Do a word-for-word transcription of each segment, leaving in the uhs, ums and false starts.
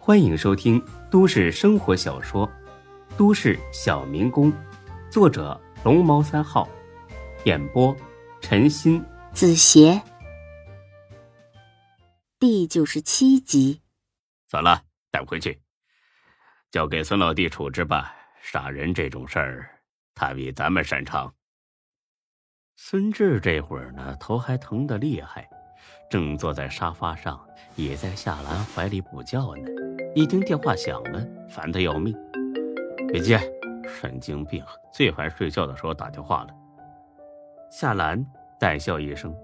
欢迎收听都市生活小说《都市小民工》，作者龙猫三号，演播陈鑫、 子邪，第九十七集。 算了，带回去，交给孙老弟处置吧。杀人这种事儿，他比咱们擅长。孙志这会儿呢，头还疼得厉害，正坐在沙发上，也在夏兰怀里补觉呢。一听电话响了，烦得要命。别接，神经病，最烦睡觉的时候打电话了。夏兰淡笑一声：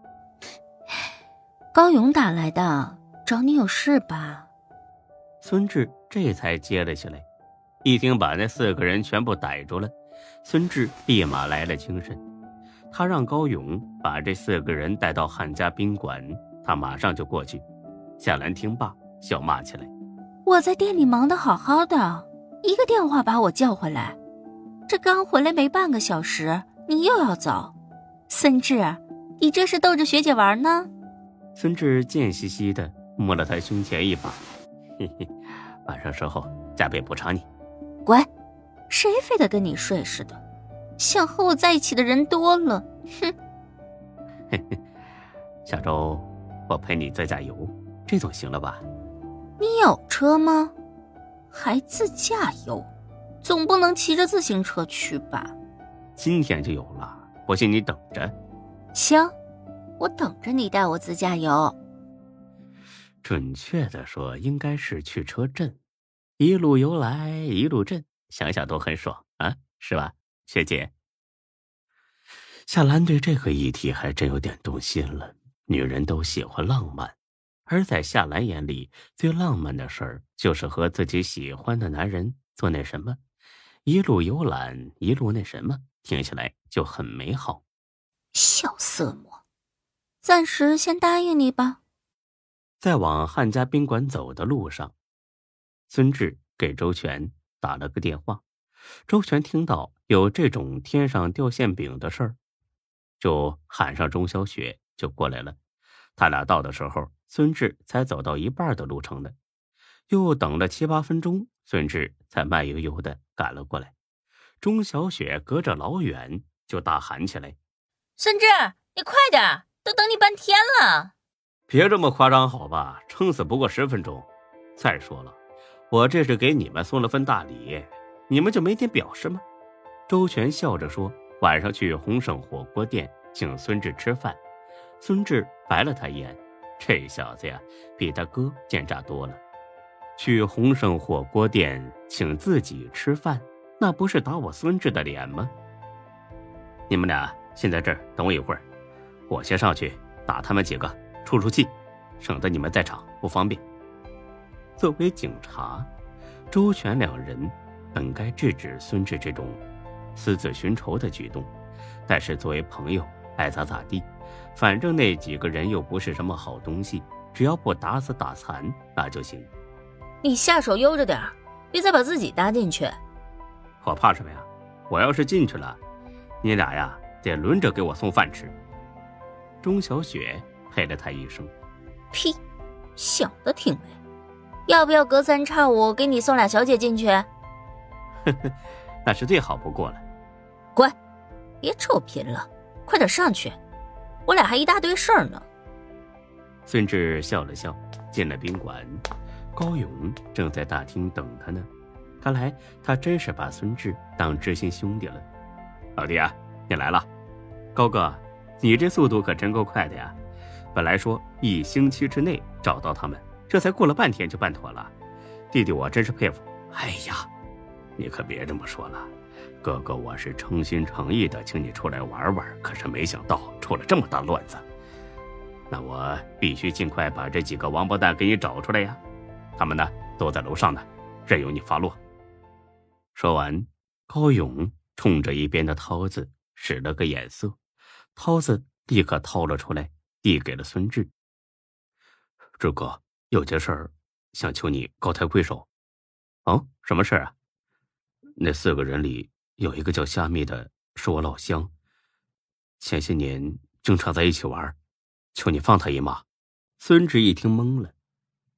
高勇打来的，找你有事吧？ 孙志这才接了起来，一听把那四个人全部逮住了，孙志立马来了精神。他让高勇把这四个人带到汉家宾馆，他马上就过去。夏兰听罢笑骂起来： 我在店里忙得好好的，一个电话把我叫回来，这刚回来没半个小时，你又要走。孙志，你这是逗着学姐玩呢？ 孙志贱兮兮的摸了他胸前一把：嘿嘿，晚上时候加倍补偿你。 乖，谁非得跟你睡似的？想和我在一起的人多了，哼。 嘿嘿，下周我陪你自驾游，这总行了吧？ 你有车吗？还自驾游，总不能骑着自行车去吧？ 今天就有了，不信你等着。 行，我等着你带我自驾游。 准确的说，应该是去车震，一路游来一路震，想想都很爽啊，是吧，学姐？夏兰对这个议题还真有点动心了。女人都喜欢浪漫，而在夏兰眼里，最浪漫的事儿就是和自己喜欢的男人做那什么，一路游览一路那什么，听起来就很美好。 小色魔，暂时先答应你吧。 在往汉家宾馆走的路上，孙志给周全打了个电话。周全听到有这种天上掉馅饼的事儿，就喊上钟小雪就过来了。他俩到的时候，孙志才走到一半的路程呢，又等了七八分钟，孙志才慢悠悠的赶了过来。钟小雪隔着老远就大喊起来： 孙志，你快点，都等你半天了。 别这么夸张好吧，撑死不过十分钟。再说了，我这是给你们送了份大礼，你们就没点表示吗？周全笑着说，晚上去鸿盛火锅店请孙志吃饭。孙志白了他一眼，这小子呀，比他哥奸诈多了。去鸿盛火锅店请自己吃饭，那不是打我孙志的脸吗？你们俩先在这儿等我一会儿，我先上去打他们几个出出气，省得你们在场不方便。作为警察，周全两人本该制止孙志这种私自寻仇的举动，但是作为朋友，爱咋咋地，反正那几个人又不是什么好东西，只要不打死打残那就行。 你下手悠着点，别再把自己搭进去。 我怕什么呀？我要是进去了，你俩呀得轮着给我送饭吃。钟小雪嘿了他一声： 屁，想得挺美。要不要隔三差五给你送俩小姐进去？ 呵呵，那是最好不过了。 乖，别臭贫了，快点上去，我俩还一大堆事儿呢。 孙志笑了笑，进了宾馆。高勇正在大厅等他呢，看来他真是把孙志当知心兄弟了。老弟啊，你来了。高哥，你这速度可真够快的呀，本来说一星期之内找到他们，这才过了半天就办妥了，弟弟我真是佩服。哎呀，你可别这么说了，哥哥我是诚心诚意的请你出来玩玩，可是没想到出了这么大乱子。那我必须尽快把这几个王八蛋给你找出来呀，他们呢都在楼上呢，任由你发落。说完，高勇冲着一边的涛子使了个眼色，涛子立刻掏了出来，递给了孙志。志哥，有件事儿想求你高抬贵手。哦，什么事啊？那四个人里有一个叫夏蜜的，是我老乡，前些年经常在一起玩，求你放他一马。孙志一听懵了，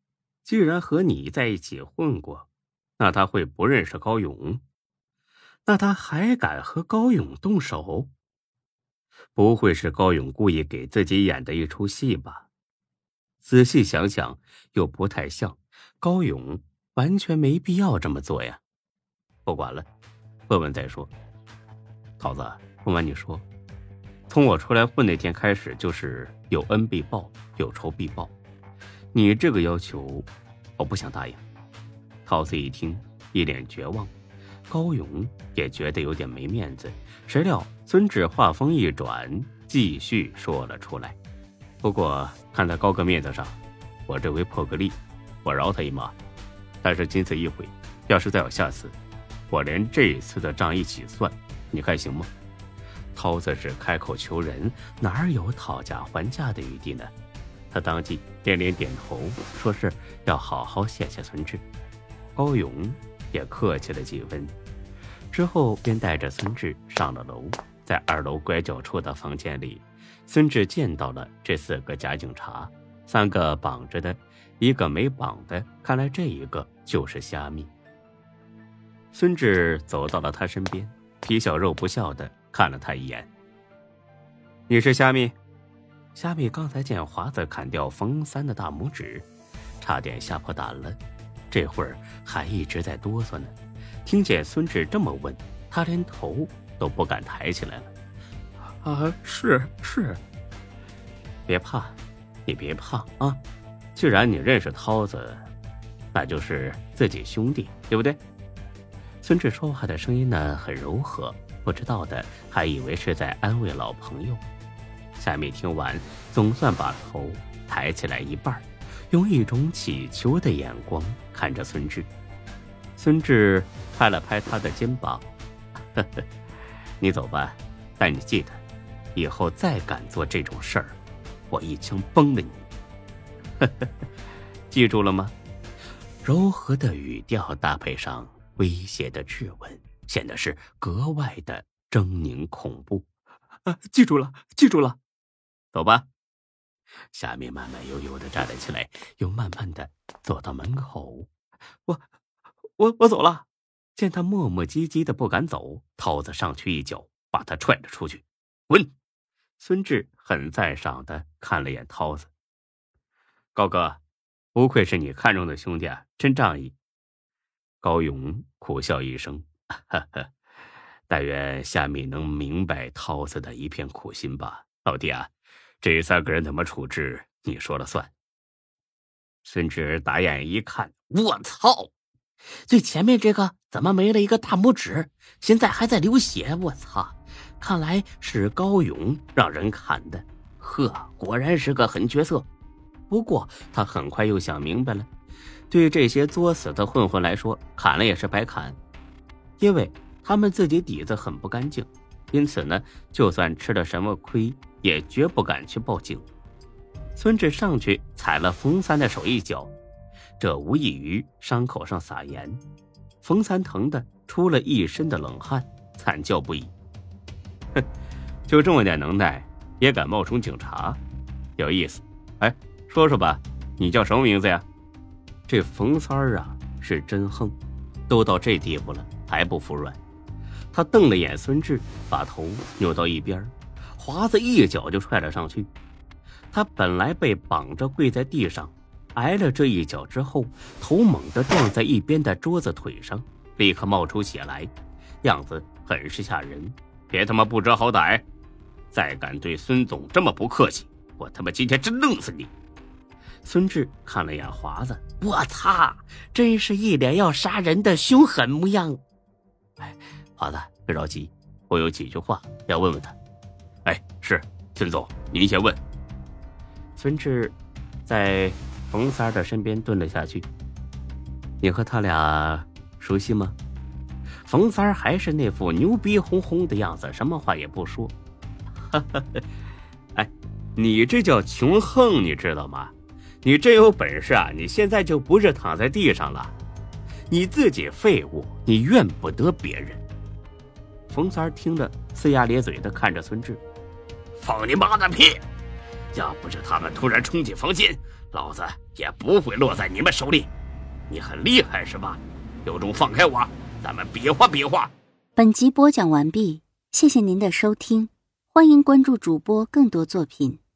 既然和你在一起混过，那他会不认识高勇？那他还敢和高勇动手？不会是高勇故意给自己演的一出戏吧？仔细想想，又不太像。高勇完全没必要这么做呀。不管了，问问再说。桃子，不瞒你说，从我出来混那天开始，就是有恩必报，有仇必报。你这个要求，我不想答应。桃子一听，一脸绝望。高勇也觉得有点没面子，谁料孙志话锋一转，继续说了出来。不过看在高个面子上，我这回破个例，我饶他一马。但是仅此一回，要是再有下次，我连这次的账一起算，你看行吗？涛子是开口求人，哪有讨价还价的余地呢？他当即连连点头，说是要好好谢谢孙志。高勇也客气了几分，之后便带着孙志上了楼。在二楼拐角处的房间里，孙志见到了这四个假警察，三个绑着的，一个没绑的，看来这一个就是虾米。孙志走到了他身边，皮笑肉不笑的看了他一眼。你是虾米？虾米刚才见华子砍掉冯三的大拇指，差点吓破胆了，这会儿还一直在哆嗦呢。听见孙志这么问，他连头都不敢抬起来了。啊，是是。别怕，你别怕啊！既然你认识涛子，那就是自己兄弟，对不对？孙志说话的声音呢很柔和，不知道的还以为是在安慰老朋友。夏米听完，总算把头抬起来一半，用一种乞求的眼光看着孙志。孙志拍了拍他的肩膀，呵呵，你走吧，但你记得，以后再敢做这种事儿，我一枪崩了你。呵呵，记住了吗？柔和的语调搭配上威胁的质问，显得是格外的狰狞恐怖。啊，记住了，记住了。走吧。夏面慢慢悠悠地站了起来，又慢慢地走到门口。我我我走了。见他磨磨唧唧的不敢走，涛子上去一脚把他踹了出去。滚！孙志很赞赏地看了眼涛子。高哥，不愧是你看中的兄弟啊，真仗义。高勇苦笑一声，哈哈，但愿夏米能明白涛子的一片苦心吧。老弟啊，这三个人怎么处置，你说了算。孙志打眼一看，我操，最前面这个怎么没了一个大拇指，现在还在流血，我操，看来是高勇让人砍的。呵，果然是个狠角色。不过他很快又想明白了，对这些作死的混混来说，砍了也是白砍，因为他们自己底子很不干净，因此呢，就算吃了什么亏，也绝不敢去报警。孙志上去踩了冯三的手一脚，这无异于伤口上撒盐。冯三疼得出了一身的冷汗，惨叫不已。哼，就这么点能耐，也敢冒充警察，有意思。哎，说说吧，你叫什么名字呀？这冯三儿啊，是真横，都到这地步了还不服软。他瞪了眼孙志，把头扭到一边，华子一脚就踹了上去。他本来被绑着跪在地上，挨了这一脚之后，头猛地撞在一边的桌子腿上，立刻冒出血来，样子很是吓人。别他妈不知好歹，再敢对孙总这么不客气，我他妈今天真弄死你！孙志看了眼华子，我操，真是一脸要杀人的凶狠模样。哎，华子别着急，我有几句话要问问他。哎，是，孙总您先问。孙志在冯三的身边蹲了下去。你和他俩熟悉吗？冯三还是那副牛逼哄哄的样子，什么话也不说。哎，你这叫穷横，你知道吗？你真有本事啊，你现在就不是躺在地上了。你自己废物，你怨不得别人。冯三听着呲牙咧嘴的看着孙志，放你妈的屁！要不是他们突然冲进房间，老子也不会落在你们手里。你很厉害是吧？有种放开我，咱们比划比划。 本集播讲完毕，谢谢您的收听，欢迎关注主播更多作品。